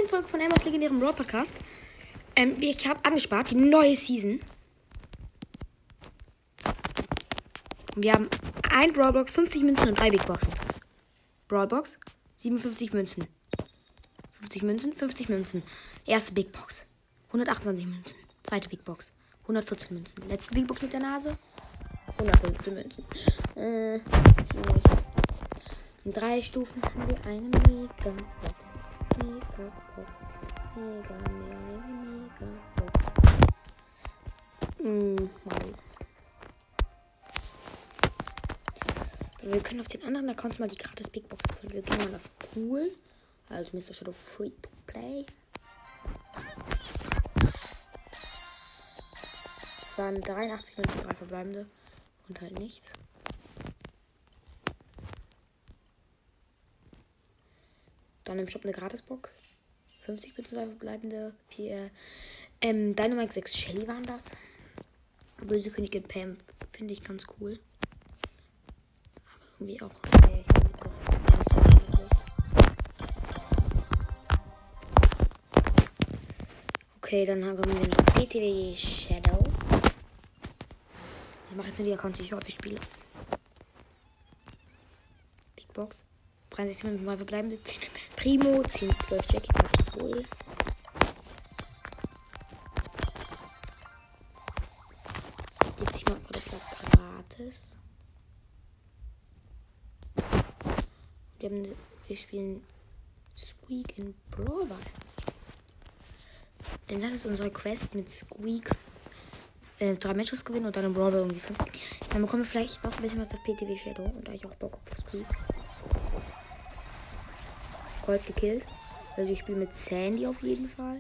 neuen Folge von Emmas legendärem Brawl Podcast. Ich habe angespart, die neue Season. Wir haben ein Brawlbox, 50 Münzen und 3 Big Boxen. Brawlbox, 57 Münzen. 50 Münzen, 50 Münzen. Erste Big Box, 128 Münzen. Zweite Big Box, 114 Münzen. Letzte Big Box mit der Nase, 115 Münzen. Ziemlich. In 3 Stufen haben wir eine Mega-Box. Mega-Box. Mega Box. Wir können auf den anderen Accounts mal die gratis Big Box öffnen. Wir gehen mal auf Cool. Also Mr. Shadow Free to Play. Es waren 83 Münzen, 3 verbleibende. Und halt nichts. Dann im Shop eine Gratisbox. 50 Münzen, 3 verbleibende. 4 Dynamite 6 Shelly waren das. Böse Königin Pam finde ich ganz cool. Aber irgendwie auch. Okay, dann haben wir noch PTW Shadow. Ich mache jetzt nur die Accounts, die ich häufig spiele. Big Box. 63 Minuten mal verbleibende. 10 Primo, 10, 12 Jackie, 20 Bull. Gratis. Wir spielen Squeak in Brawl Ball. Denn das ist unsere Quest mit Squeak. 3 Matches gewinnen und dann im Brawl Ball irgendwie 5. Dann bekommen wir vielleicht noch ein bisschen was auf PTW Shadow. Und da ich auch Bock auf Squeak. Colt gekillt. Also ich spiele mit Sandy auf jeden Fall.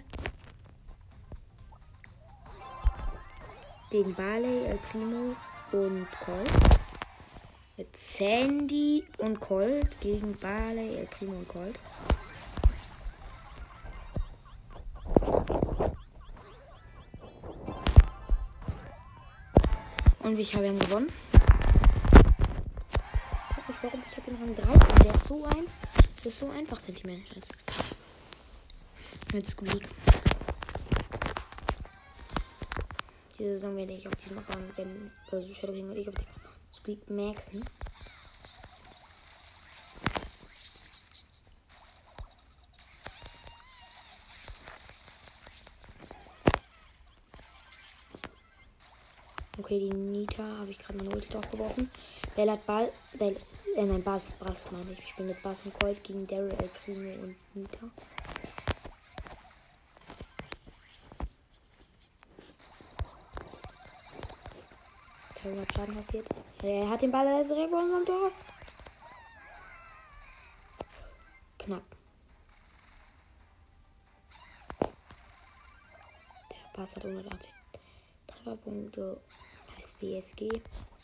Gegen Barley, El Primo und Colt. Mit Sandy und Colt gegen Barley, El Primo und Colt. Und ich habe ihn gewonnen. Ich weiß nicht warum, ich habe ihn Rang 13. Der ist so ein. Das ist so einfach, sind die Menschen. Mit Squeak. Diese Saison werde ich auf diesem Account, wenn Shadow King und ich auf dem Squeak maxen. Okay, die Nita habe ich gerade meine Ulti drauf geworfen. Bell hat Ball. Nein, Bass meine ich. Ich spiele mit Bass und Colt gegen Daryl, El Primo und Nita. Hat Schaden passiert. Er hat den Ball, er ist direkt vor unserem Tor. Knapp. Der Pass hat 180 Trefferpunkte. Heißt WSG.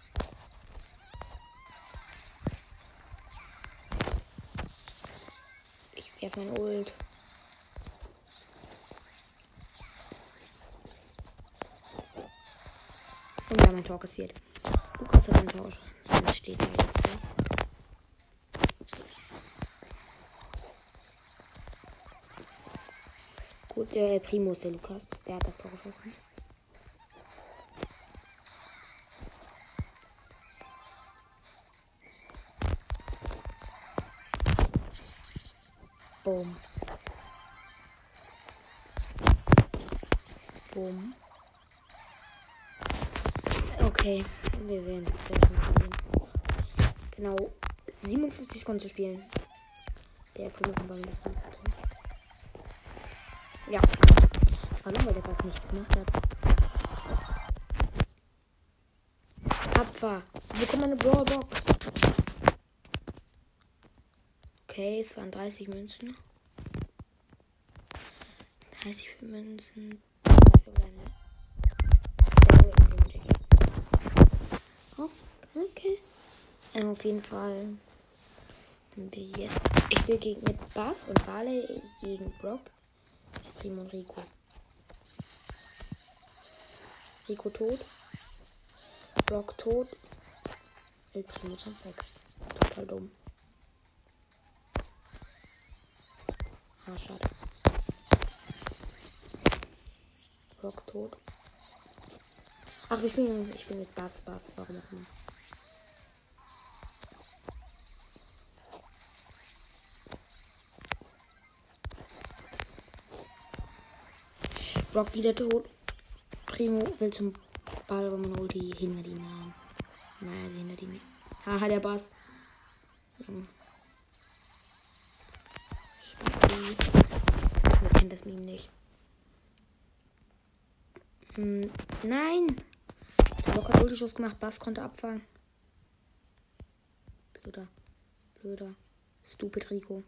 Ich werfe mein Ult. Und wir haben ein Tor kassiert. Lukas hat ein Tor. Sonst steht er jetzt nicht. Gut, der Primo ist der Lukas. Der hat das Tor geschossen. Boom. Boom. Okay, wir werden spielen. Genau 57 Sekunden zu spielen. Der Primo kommt bei mir das Spiel. Ja. Verloren, weil der fast nichts gemacht hat. Abfahr. Wir bekommen eine Brawlbox. Okay, es waren 30 Münzen. 30 Münzen. 2 verbleibende. Okay. Auf jeden Fall haben wir jetzt. Ich spiele mit Bass und Barley gegen Brock, Primo und Rico. Rico tot. Brock tot. El Primo jumpt weg. Total dumm. Ah, schade. Brock tot. Ach, ich bin mit Bass, warum auch immer. Brock wieder tot. Primo will zum Ball, aber man holt die hinter die Namen. Naja, sie hinter die nicht. Haha, der Bass. Spassi. Man kennt das Meme nicht. Nein! Der Block hat Ulti-Schuss gemacht. Bass konnte abfangen. Blöder. Stupid Rico.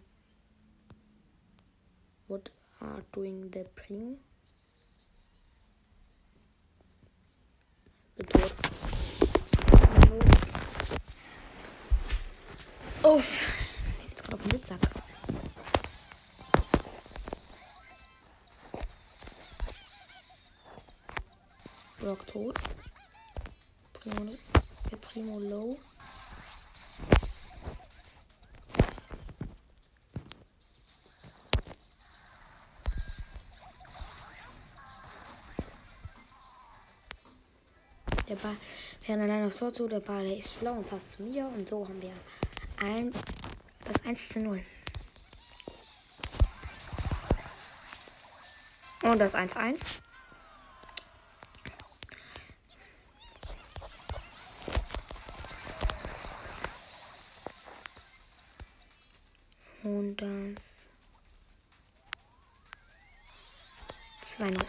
What are doing the Primo? Bin tot. Uff. Ich sitze gerade auf dem Sitzsack. Brock tot. Primo low. Der Ball fährt allein aufs Tor zu. Der Ball ist schlau und passt zu mir. Und so haben wir das 1:0. Und das 1:1. Und das 2:0.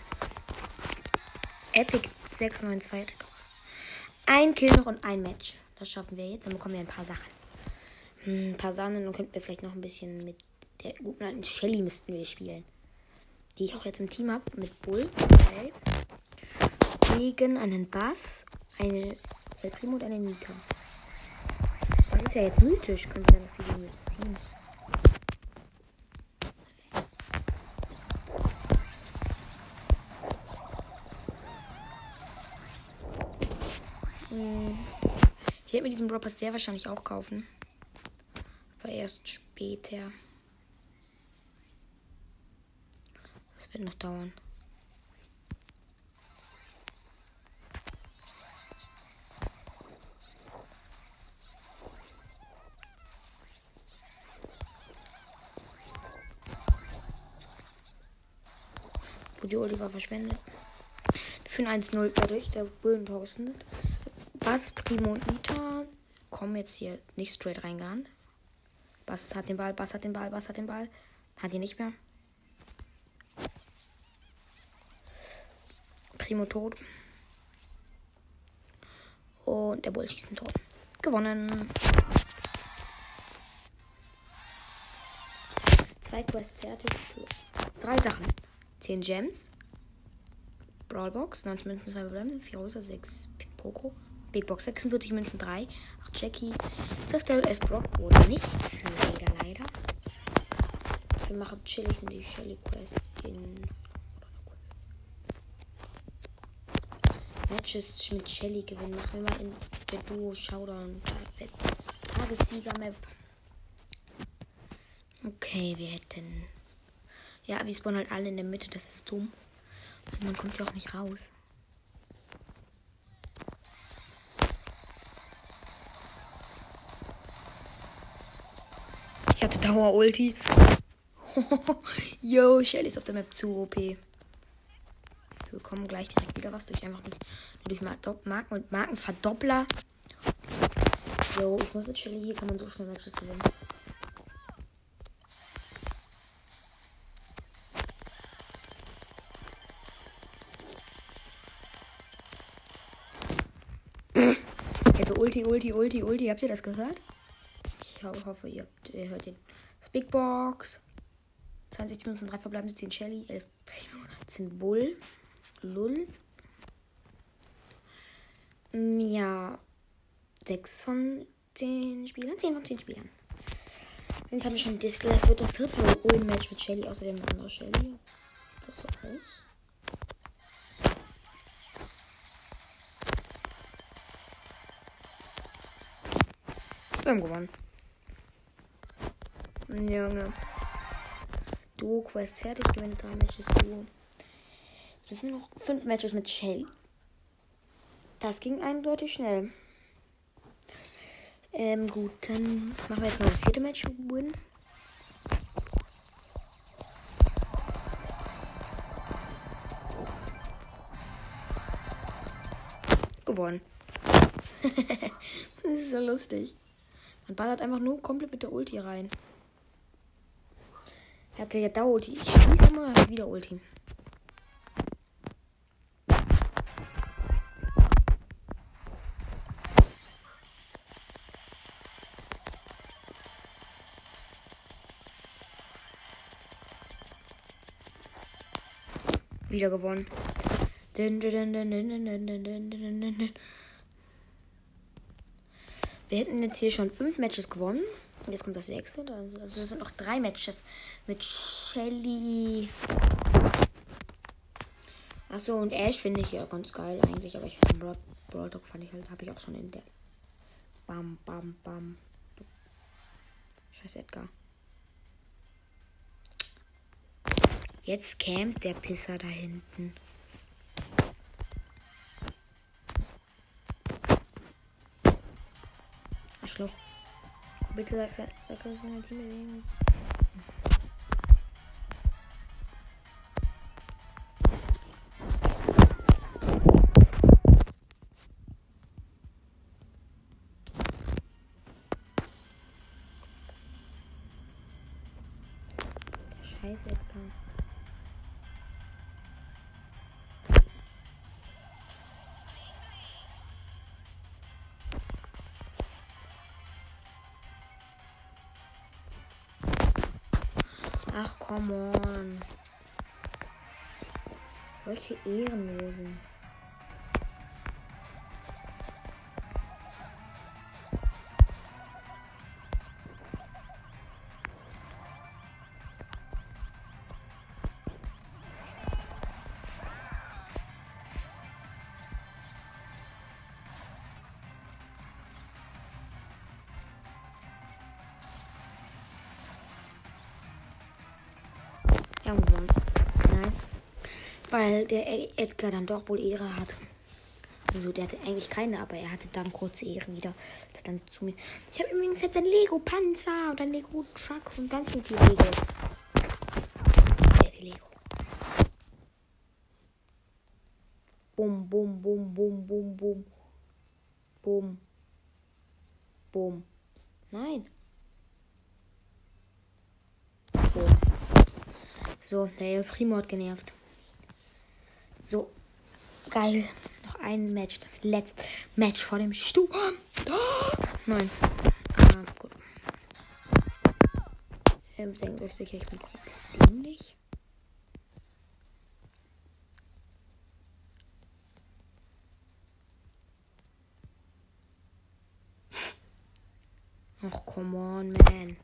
Epic 692. Ein Kill noch und ein Match. Das schaffen wir jetzt. Dann bekommen wir ein paar Sachen. Ein paar Sachen. Dann könnten wir vielleicht noch ein bisschen mit der guten alten Shelly müssten wir spielen. Die ich auch jetzt im Team habe. Mit Bull. Okay. Gegen einen Bass, eine El Primo und eine Nita. Das ist ja jetzt mythisch. Könnte sein, dass wir den jetzt ziehen. Ich werde mir diesen Brawl Pass sehr wahrscheinlich auch kaufen. Aber erst später. Das wird noch dauern. Die Ulti war verschwendet. Wir führen 1:0 dadurch, der Bullen tauschen. Bass, Primo und Nita kommen jetzt hier nicht straight reingerannt. Bass hat den Ball. Hat ihn nicht mehr. Primo tot. Und der Bull schießt ein Tor. Gewonnen. 2 Quests fertig. 3 Sachen. 10 Gems. Brawlbox. 90 Münzen, 2 verbleibende. 4 Rosa, 6 Poco. Big Box 46 Münzen, 3. 8 Jackie. 12 Level 11 Brock. Oder nichts. Leider. Wir machen chillig in die Shelly Quest in Matches mit Shelly gewinnen. Machen wir mal in der Duo Showdown Tagessieger Map. Okay, wir hätten. Ja, wir spawnen halt alle in der Mitte, das ist dumm. Und man kommt ja auch nicht raus. Ich hatte Dauer-Ulti. Yo, Shelly ist auf der Map zu OP. Wir bekommen gleich direkt wieder was durch Marken und Markenverdoppler. Yo, ich muss mit Shelly, hier kann man so schnell Matches gewinnen. Also Ulti. Habt ihr das gehört? Ich hoffe, ihr hört den. Big Box. 20 Minuten, 3 verbleibende, 10 Shelly, 11 Primo, 10 Bull. Lull. Ja. 6 von 10 Spielern. 10 von 10 Spielern. Jetzt haben wir schon das wird das dritte Win-Match mit Shelly. Außerdem eine andere Shelly. Sieht das so aus? Wir haben gewonnen. Junge. Duo-Quest fertig. Gewinne 3 Matches. Duo. Jetzt müssen wir noch 5 Matches mit Shelly. Das ging eindeutig schnell. Gut, dann machen wir jetzt mal das 4. Match. Win. Gewonnen. Das ist so lustig. Man ballert einfach nur komplett mit der Ulti rein. Er hat ja Dauer-Ulti. Ich schieße immer, er hat wieder Ulti. Wieder gewonnen. Wir hätten jetzt hier schon 5 Matches gewonnen. Und jetzt kommt das 6. Also es sind noch 3 Matches mit Shelly. Achso, und Ash finde ich ja ganz geil eigentlich. Aber ich finde Brawl Talk fand ich halt, habe ich auch schon in der. Bam, bam, bam. Scheiß Edgar. Jetzt campt der Pisser da hinten. Arschloch. Bitte sag das eine Teambewegung ist. Scheiße, Edgar. Ach, come on. Welche Ehrenlosen. Ja, gewonnen. Nice. Weil der Edgar dann doch wohl Ehre hat. Also der hatte eigentlich keine, aber er hatte dann kurze Ehre wieder. Dann zu mir. Ich habe übrigens jetzt ein Lego Panzer und ein Lego Truck und ganz schön viel Lego. Sehr viel Lego. Bum, bum, bum, bum, bum, bum. Bum. Bum. Nein. Bum. So, der Primo hat genervt. So, geil. Noch ein Match. Das letzte Match vor dem Stuhl. Oh, nein. Gut. Denkt euch sicher, ich bin komplett dämlich. Ach, come on, man.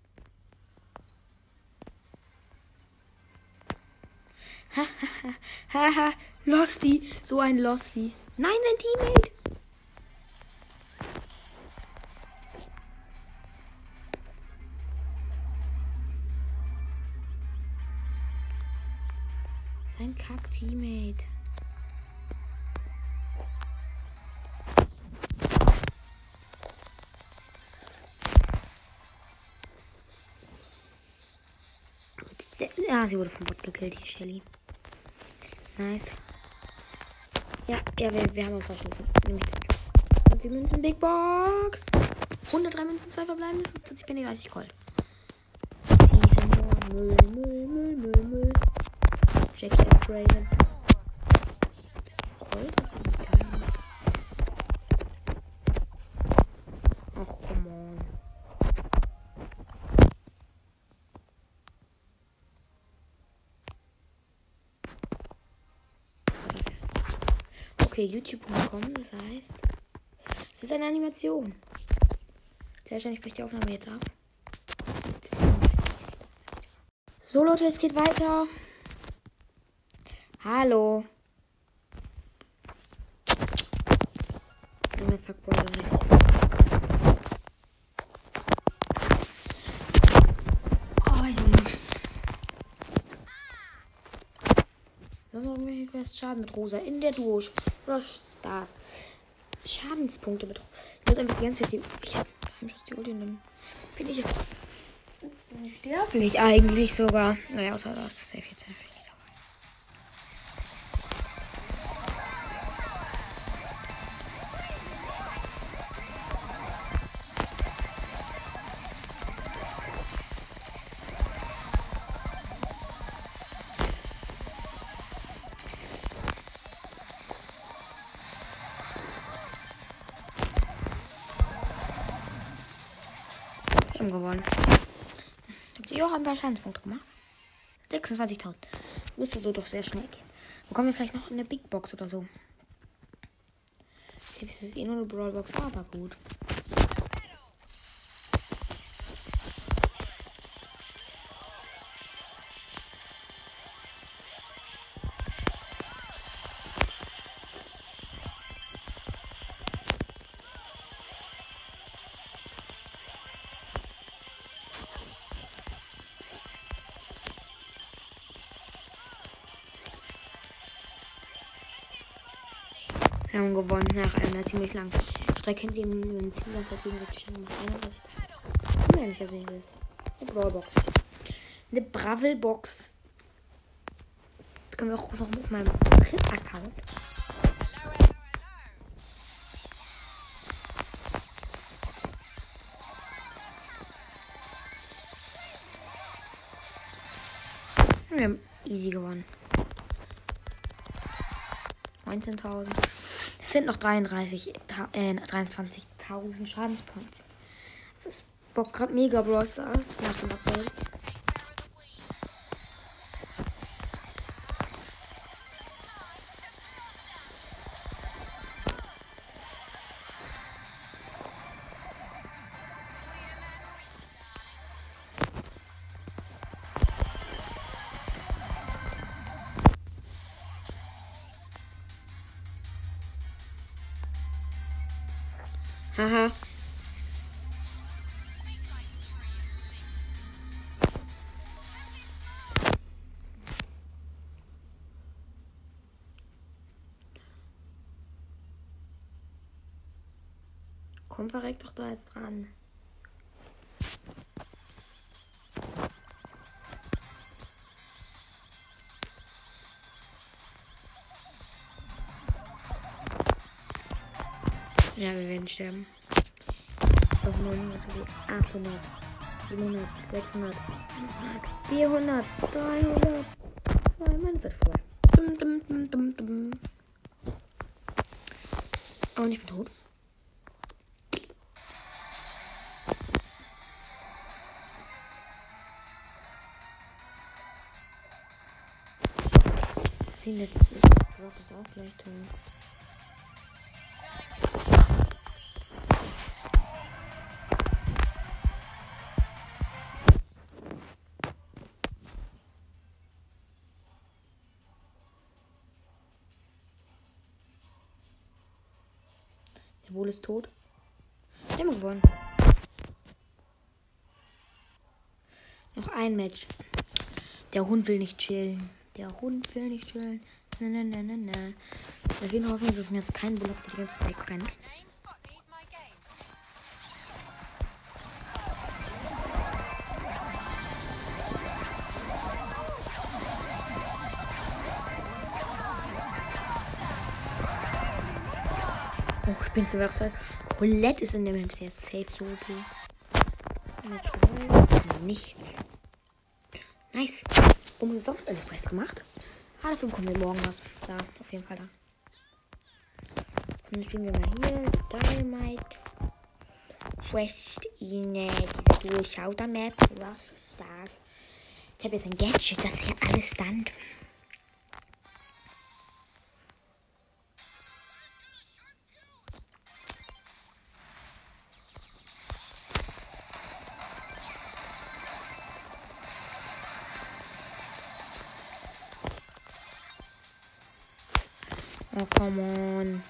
Haha, Losty. So ein Losty. Nein, sein Teammate. Sein Kack-Teammate. Ja, sie wurde vom Bot gekillt, hier, Shelly. Nice. Ja, wir haben uns verschossen. Nämlich 20 Münzen, Big Box. 103 Münzen, 2 verbleibende, 50 Penny, 30 Gold. Müll. Jackie upgraden. Gold? Ach, come on. Okay, youtube.com, das heißt, es ist eine Animation. Sehr wahrscheinlich bricht die Aufnahme jetzt ab. So, Leute, es geht weiter. Hallo. Oh, fuck, Bro. Oh, Junge. Sonst noch irgendwelche Quest. Schaden mit Rosa in der Duo. Rush Stars. Schadenspunkte mit Rosa. Ich muss einfach die ganze Zeit ich habe die Ulti und dann bin ich unsterblich eigentlich sogar. Naja, außer das ist sehr viel. Wir haben gewonnen. Habt ihr auch ein paar Schadenspunkte gemacht? 26.000. Müsste so doch sehr schnell gehen. Bekommen wir vielleicht noch eine Big Box oder so? Jetzt ist eh nur eine Brawlbox, aber gut. Wir haben gewonnen nach einer ziemlich langen Strecke, in dem wir ein Ziel vergeben sind. 31 Tage. Ja, nicht gesehen ist. Eine Brawlbox. Eine Bravel-Box. Das können wir auch noch mit meinem Print-Account. Wir haben easy gewonnen. 19.000. Es sind noch 23.000 Schadenspoints. Das Bock gerade mega Brawl Stars nach dem Update. Haha. Komm, verreckt doch da jetzt dran. Ja, wir werden sterben. Auf 900, 800, 700, 600, 500, 400, 300, 2, meine Zeit voll. Und ich bin tot. Den letzten Block ist auch gleich tot. Der Bull ist tot. Wir haben gewonnen. Noch ein Match. Der Hund will nicht chillen. Der Hund will nicht chillen. Na. Auf jeden Fall hoffen wir, dass mir jetzt kein Bull die ganze Zeit wegrennt. Oh, ich bin zur Werkzeit. Colette ist in der Map jetzt safe so OP. Nichts. Nice. Umsonst eine Quest gemacht. Ah, dafür bekommen wir morgen was. Da, auf jeden Fall da. Dann spielen wir mal hier. Dynamite. Quest in diese Durchschauter-Map. Rush Stars. Ich habe jetzt ein Gadget, das hier alles stand. Oh, come on.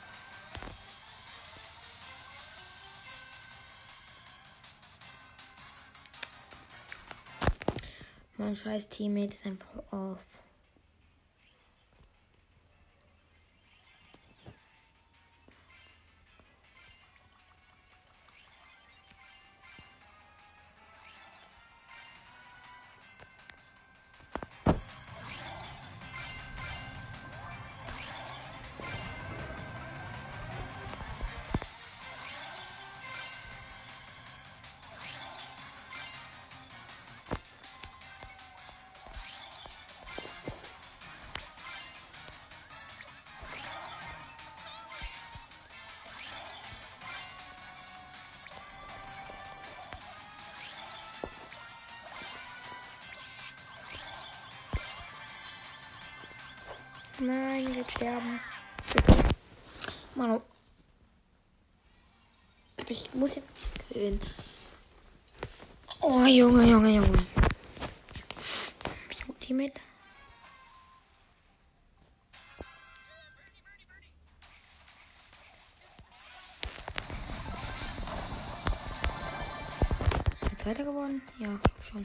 Mein scheiß Teammate ist einfach off. Nein, ich werde sterben. Bitte. Mano. Aber ich muss jetzt nicht gewinnen. Oh, Junge. Wie gut die mit? Zweiter geworden? Ja, schon.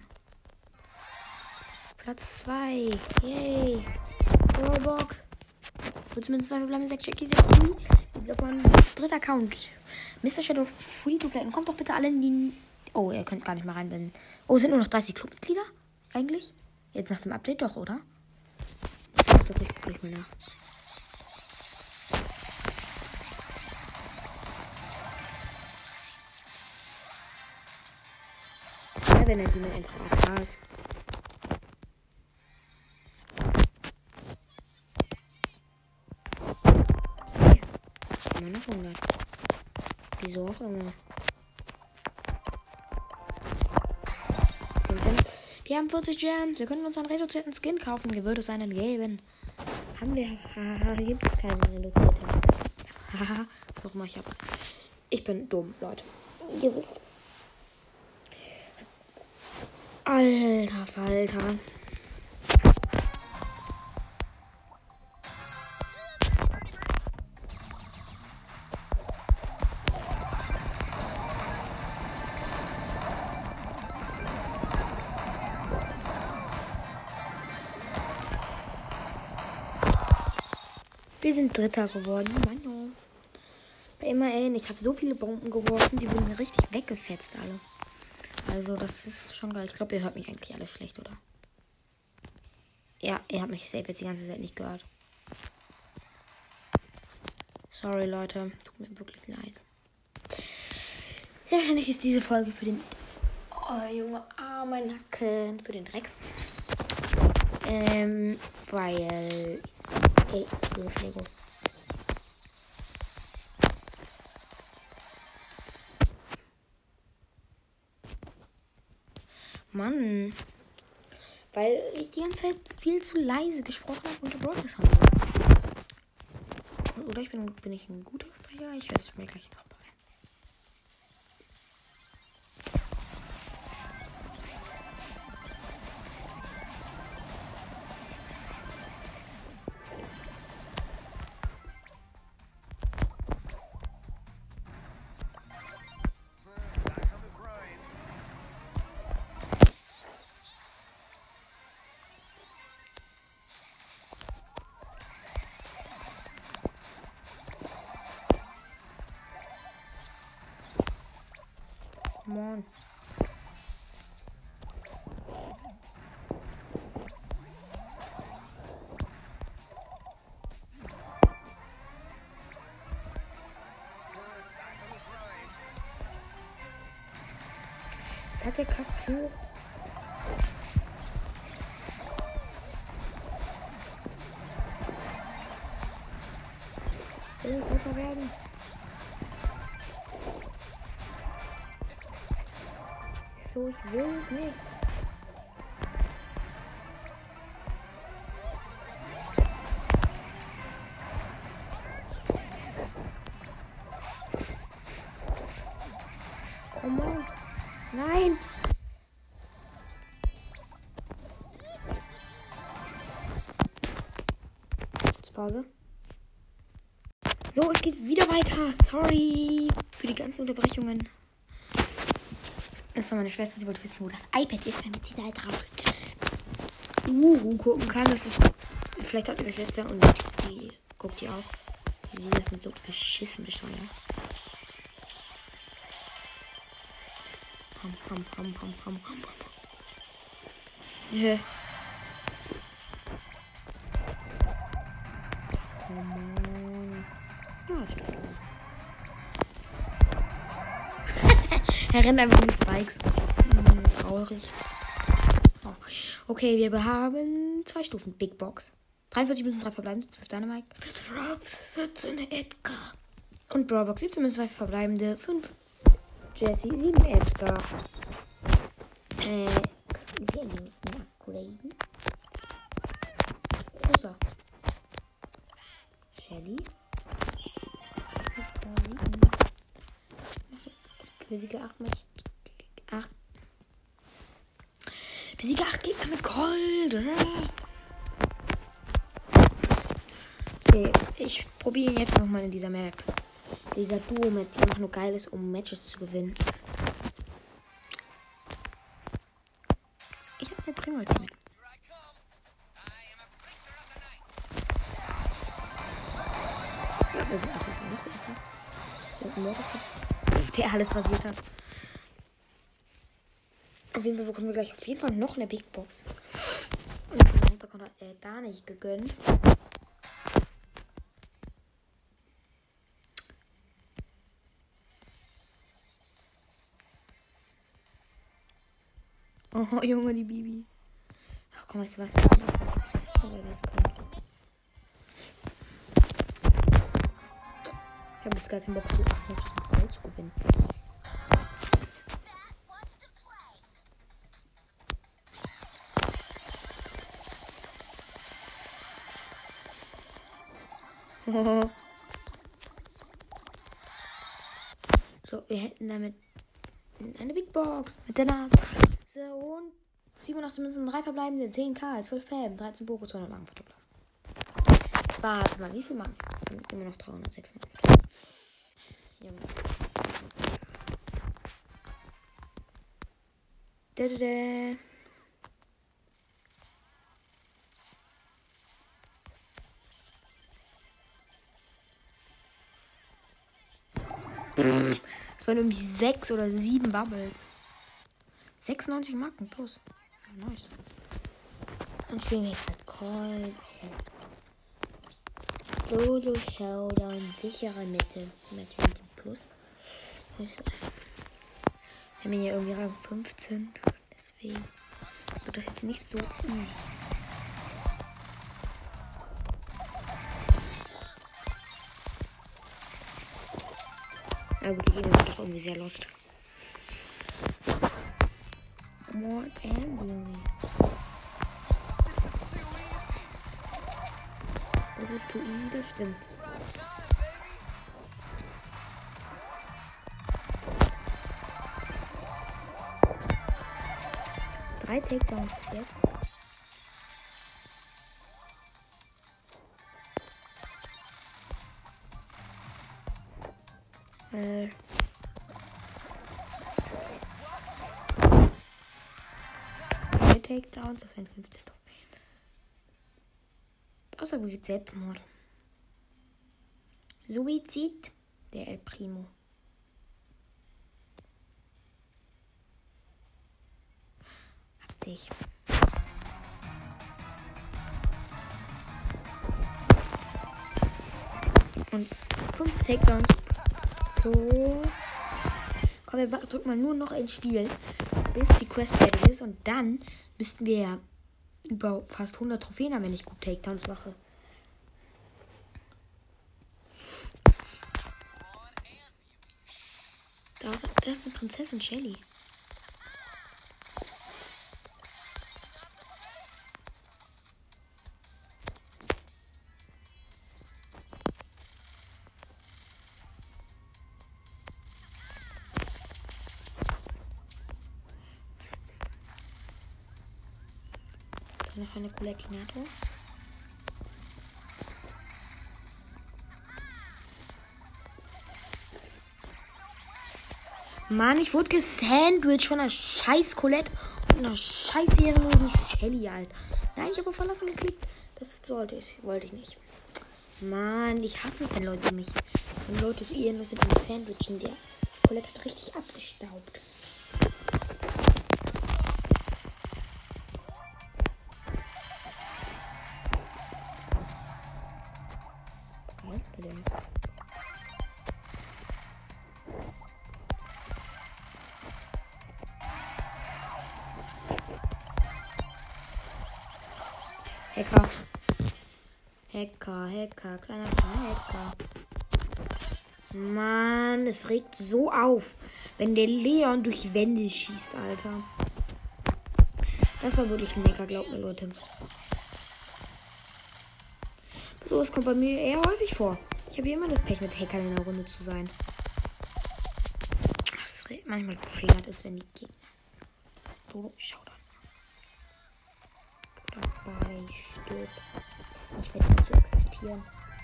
Platz 2. Yay. Roblox. Wird zumindest 2 verbleiben. 6 Jackie, 6 Lee. Das war ein dritter Account. Mr. Shadow Free to Play. Und kommt doch bitte alle in die... Oh, ihr könnt gar nicht mehr reinbinden. Oh, sind nur noch 30 Clubmitglieder? Eigentlich? Jetzt nach dem Update doch, oder? Das ist wirklich nicht mehr nach. Wenn er die mal endlich auf ist. Okay. Immer noch 100. Wieso auch immer. Wir haben 40 Gems. Wir können uns einen reduzierten Skin kaufen. Wie würde es einen geben? Haben wir. Haha, gibt es keinen reduzierten. Haha, noch mal, ich bin dumm, Leute. Ihr wisst es. Alter Falter. Wir sind Dritter geworden. Mann, bei immerhin, ich habe so viele Bomben geworfen, die wurden mir richtig weggefetzt alle. Also, das ist schon geil. Ich glaube, ihr hört mich eigentlich alles schlecht, oder? Ja, ihr habt mich safe jetzt die ganze Zeit nicht gehört. Sorry, Leute. Tut mir wirklich leid. Sehr wahrscheinlich ist diese Folge für den... Oh, Junge, armer Nacken. Für den Dreck. Weil... Ey, liebes Lego. Mann. Weil ich die ganze Zeit viel zu leise gesprochen habe und der Broadcast haben. Oder bin ich ein guter Sprecher? Ich weiß es mir gleich noch bei. Come on. Was hat der Kapu? Will ich Dritter werden? So, ich will es nicht. Come on. Nein! Jetzt Pause. So, es geht wieder weiter. Sorry für die ganzen Unterbrechungen. Das war meine Schwester, sie wollte wissen, wo das iPad ist, damit sie da drauf gucken kann. Das ist. Vielleicht habt ihr eine Schwester und die guckt die auch. Die Videos sind so beschissen bescheuert. Ham. Yeah. Come on. Ja, stimmt. Er rennt einfach in die Spikes. Traurig. Oh. Okay, wir haben 2 Stufen. Big Box. 43 Münzen, 3 verbleibende, 12 Dynamite, 14 Edgar. Und Brawlbox 17 Münzen, 2 verbleibende, 5 Jessie, 7 Edgar. Wir upgraden. Rosa. Besiege 8 mit 8. Besiege 8 Gegner mit Gold. Okay, ich probiere ihn jetzt nochmal in dieser Map. Dieser Duo-Map, die einfach nur geil ist, um Matches zu gewinnen. Ich habe mir Pringles mit. Ja, wir sind einfach nicht essen. So ein Modus gibt, der alles rasiert hat. Auf jeden Fall bekommen wir gleich auf jeden Fall noch eine Big Box. Und den Hintergrund hat er gar nicht gegönnt. Oh, Junge, die Bibi. Ach komm, weißt du was? Aber das können. Ich habe jetzt gar keinen Bock, so 8 Matches mit Gold zu gewinnen. So, wir hätten damit eine Big Box mit der Nase. So, und 87 Münzen, 3 verbleibende, 10k, 12 Pam, 13 Poco, 200 Marken verdoppelt. Warte mal, wie viel Marken? Immer noch 306 Marken. Junge. Da. Es waren irgendwie 6 oder 7 Bubbles. 96 Marken plus. Ja, nice. Dann spielen wir jetzt halt Cold. Solo Showdown, sichere Mitte. Mit dem Plus. Wir haben ihn ja irgendwie Rang 15. Deswegen wird das jetzt nicht so easy. Ja gut, die Gegner sind doch irgendwie sehr lost. More Ambulance. Das ist too easy, das stimmt. Drei Takedowns bis jetzt. Takedowns, das wären 15 Trophäen. Außer wie Selbstmord. Suizid, der El Primo. Hab dich. Und 5 Takedowns pro. Komm, wir drücken mal nur noch ein Spiel, bis die Quest fertig ist. Und dann müssten wir ja über fast 100 Trophäen haben, wenn ich gut Takedowns mache. Da ist eine Prinzessin Shelly. Noch eine coole Akinator. Mann, ich wurde gesandwiched von einer scheiß Colette und einer scheiß ehrenlosen Shelly halt. Nein, ich habe auf Verlassen geklickt. Das wollte ich nicht. Mann, ich hasse es, wenn Leute so ehrenlos sind und sandwichen. Der Colette hat richtig abgestaubt. Hacker, kleiner Hacker. Mann, es regt so auf, wenn der Leon durch Wände schießt, Alter. Das war wirklich mega, glaubt mir, Leute. So, es kommt bei mir eher häufig vor. Ich habe immer das Pech, mit Hackern in der Runde zu sein. Ach, manchmal bescheuert ist, wenn die Gegner. So, schau da. Dabei stirbt. Ist nicht verdient zu existieren.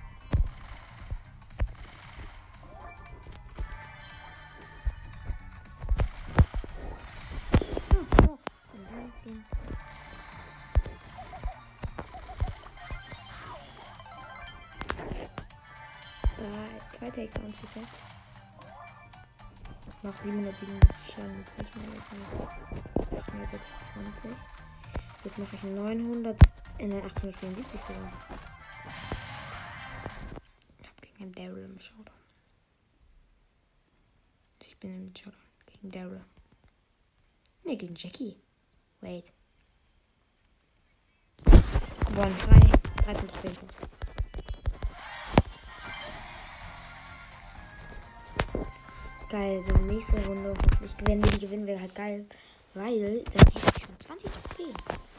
Zwei Takedowns bis jetzt. Noch 777 Schaden. Ich mal 26. Jetzt mache ich 900 in den 874 sogar. Ich habe gegen einen Daryl im Showdown. Ich bin im Showdown gegen Daryl. Ne, gegen Jackie. Wait. Gewonnen. 13 Trophäen. Geil, so nächste Runde hoffentlich gewinnen wir. Die gewinnen wir halt geil. Weil dann hätte ich schon 20 Trophäen.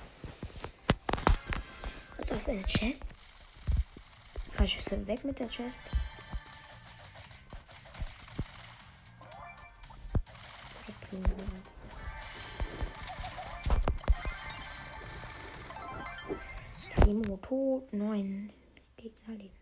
Und das ist eine Chest. 2 Schüsse weg mit der Chest. Primo tot. 9 Gegner leben.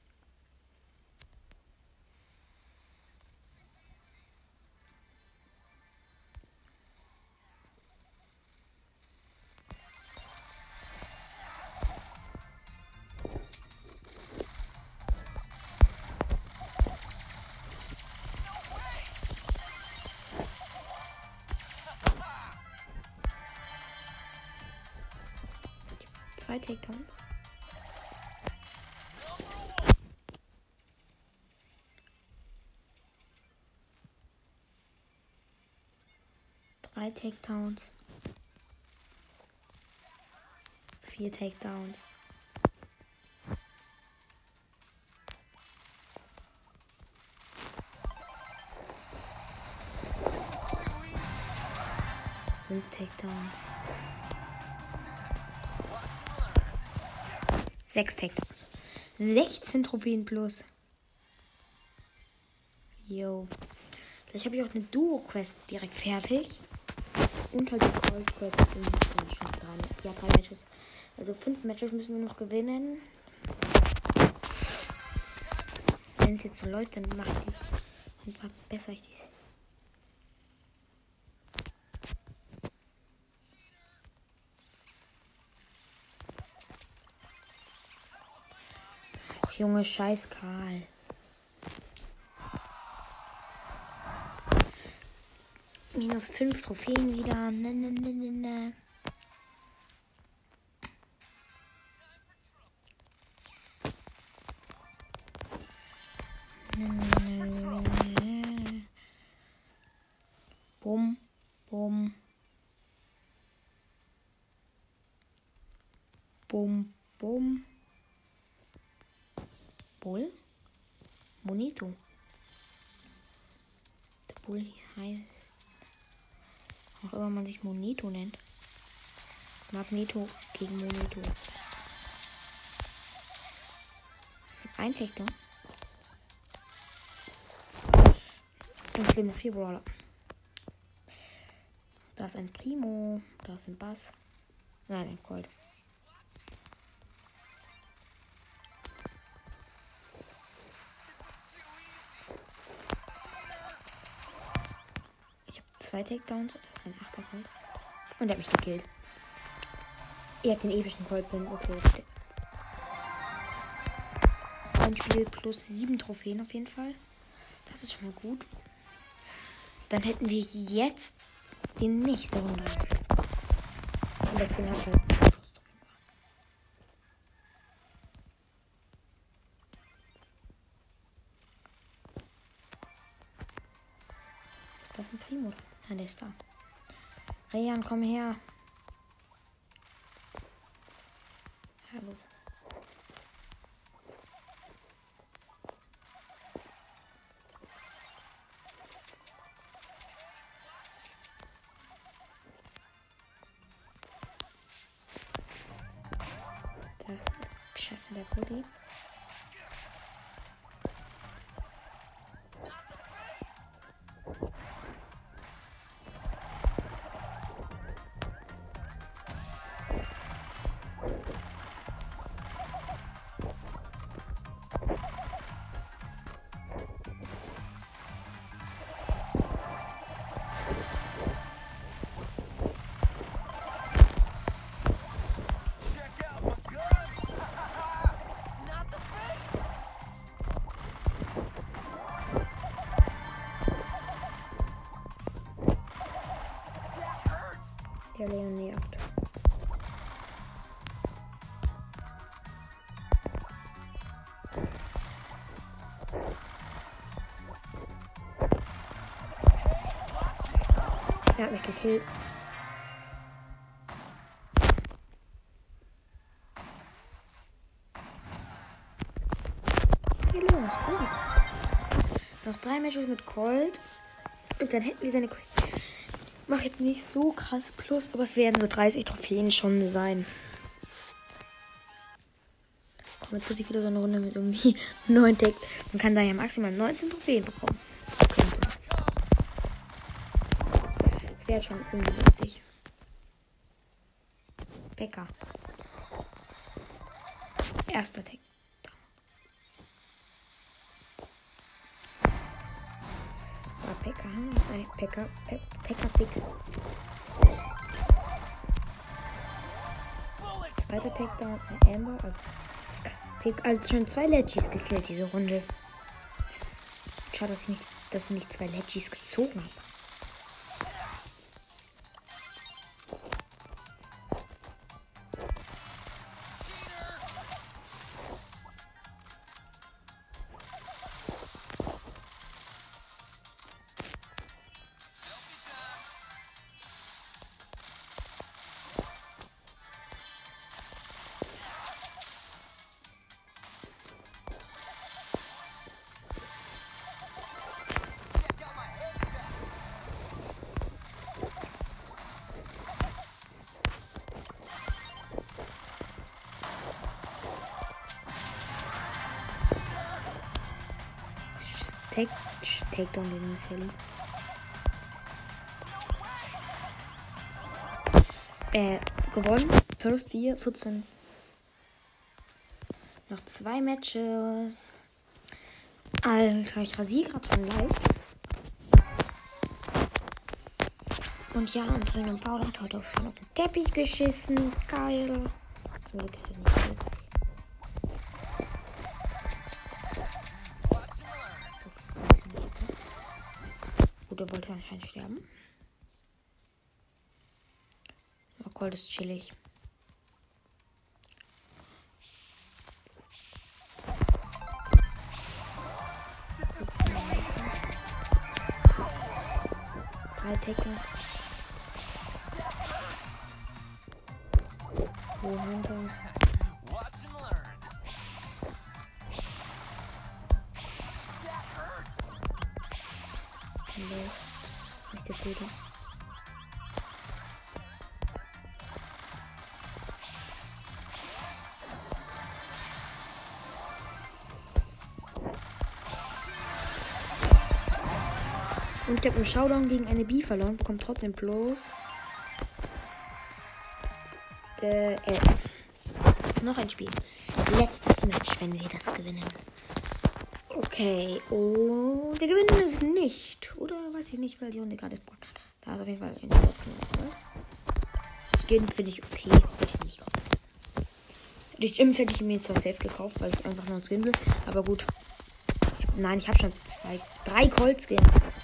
Zwei Takedowns. Drei Takedowns. 4 Takedowns. Fünf Takedowns. 6 Takedowns. 16 Trophäen plus. Yo. Vielleicht habe ich auch eine Duo-Quest direkt fertig. Und halt die Cold-Quest sind schon 3. Ja, 3 Matches. Also 5 Matches müssen wir noch gewinnen. Wenn es jetzt so läuft, dann mache ich die. Dann verbessere ich die. Ach, Junge, scheiß Karl. Minus 5 Trophäen wieder. Ne. Bum, bum. Bum, bum. Bull? Monito. Der Bull hier heißt. Auch immer man sich Monito nennt. Magneto gegen Monito. Ein Takedown. Und es leben noch 4 Brawler. Da ist ein Primo. Da ist ein Bass. Nein, ein Colt. Ich habe 2 Takedowns. Und da ist ein 8er Colt. Und er hat mich gekillt. Er hat den epischen Colt-Pin. Okay. Ein Spiel plus 7 Trophäen auf jeden Fall. Das ist schon mal gut. Dann hätten wir jetzt die nächste Runde. Und der Pin hat halt ist das ein Primo? Nein, der ist da. Rayan, komm her. Hallo. Das ist scheiße, der Bulli. habe ich gekillt. Die Leon ist gut. Noch 3 Matches mit Colt. Und dann hätten wir seine Quest. Mach jetzt nicht so krass plus, aber es werden so 30 Trophäen schon sein. Komm, jetzt muss ich wieder so eine Runde mit irgendwie 9 Tags. Man kann da ja maximal 19 Trophäen bekommen. Das wäre schon irgendwie lustig. Pekka. Erster Tag. Pekka. Pekka. Zweiter Takedown. Amber. Also schon 2 Legis gekillt diese Runde. Schade, dass ich nicht 2 Legis gezogen habe. Takedown gegen Shelly. Gewonnen. 5-4, 14. Noch 2 Matches. Alter, ich rasiere gerade schon leicht. Und ja, Antonio Paula hat heute schon auf den Teppich geschissen. Geil. Zum Glück ist er nicht so. Der wollte anscheinend sterben. Oh, Colt ist chillig. Drei Tackle. Hunter. Nicht der Blöde. Und ich habe im Showdown gegen eine B verloren, bekommt trotzdem bloß noch ein Spiel. Letztes Match, wenn wir das gewinnen. Okay, und wir gewinnen es nicht. Oder weiß ich nicht, weil die Runde gerade spawnt. Da ist auf jeden Fall ein Spot gemacht. Skin finde ich okay. Würde ich nicht kaufen. Die Gyms hätte ich mir zwar safe gekauft, weil ich einfach nur einen Skin will. Aber gut. Ich habe schon 3 Colt-Skins.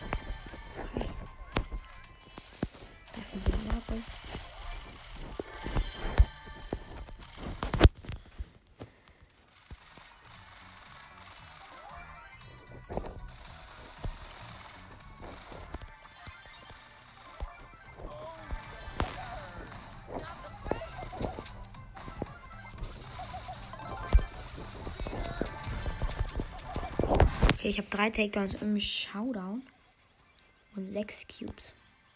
Okay, ich habe 3 Takedowns im Showdown und 6 Cubes.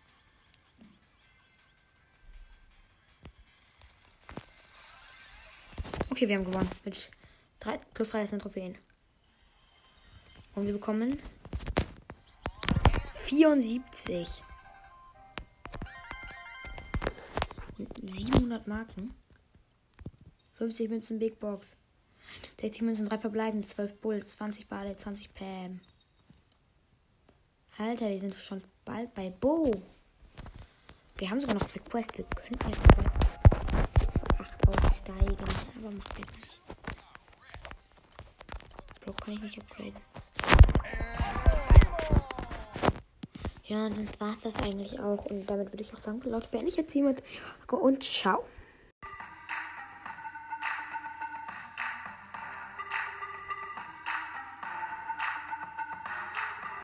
Okay, wir haben gewonnen mit plus 13 Trophäen. Und wir bekommen 74. 700 Marken. 50 Münzen Big Box. 60 Münzen, 3 verbleibende, 12 Bull, 20 Bade, 20 Pam. Alter, wir sind schon bald bei Bo. Wir haben sogar noch 2 Quests. Wir könnten jetzt bei Stufe 8 aussteigen. Aber macht jetzt nicht. Block kann ich nicht upgraden. Ja, dann war es das eigentlich auch. Und damit würde ich auch sagen, Leute, beende ich jetzt hiermit. Und ciao.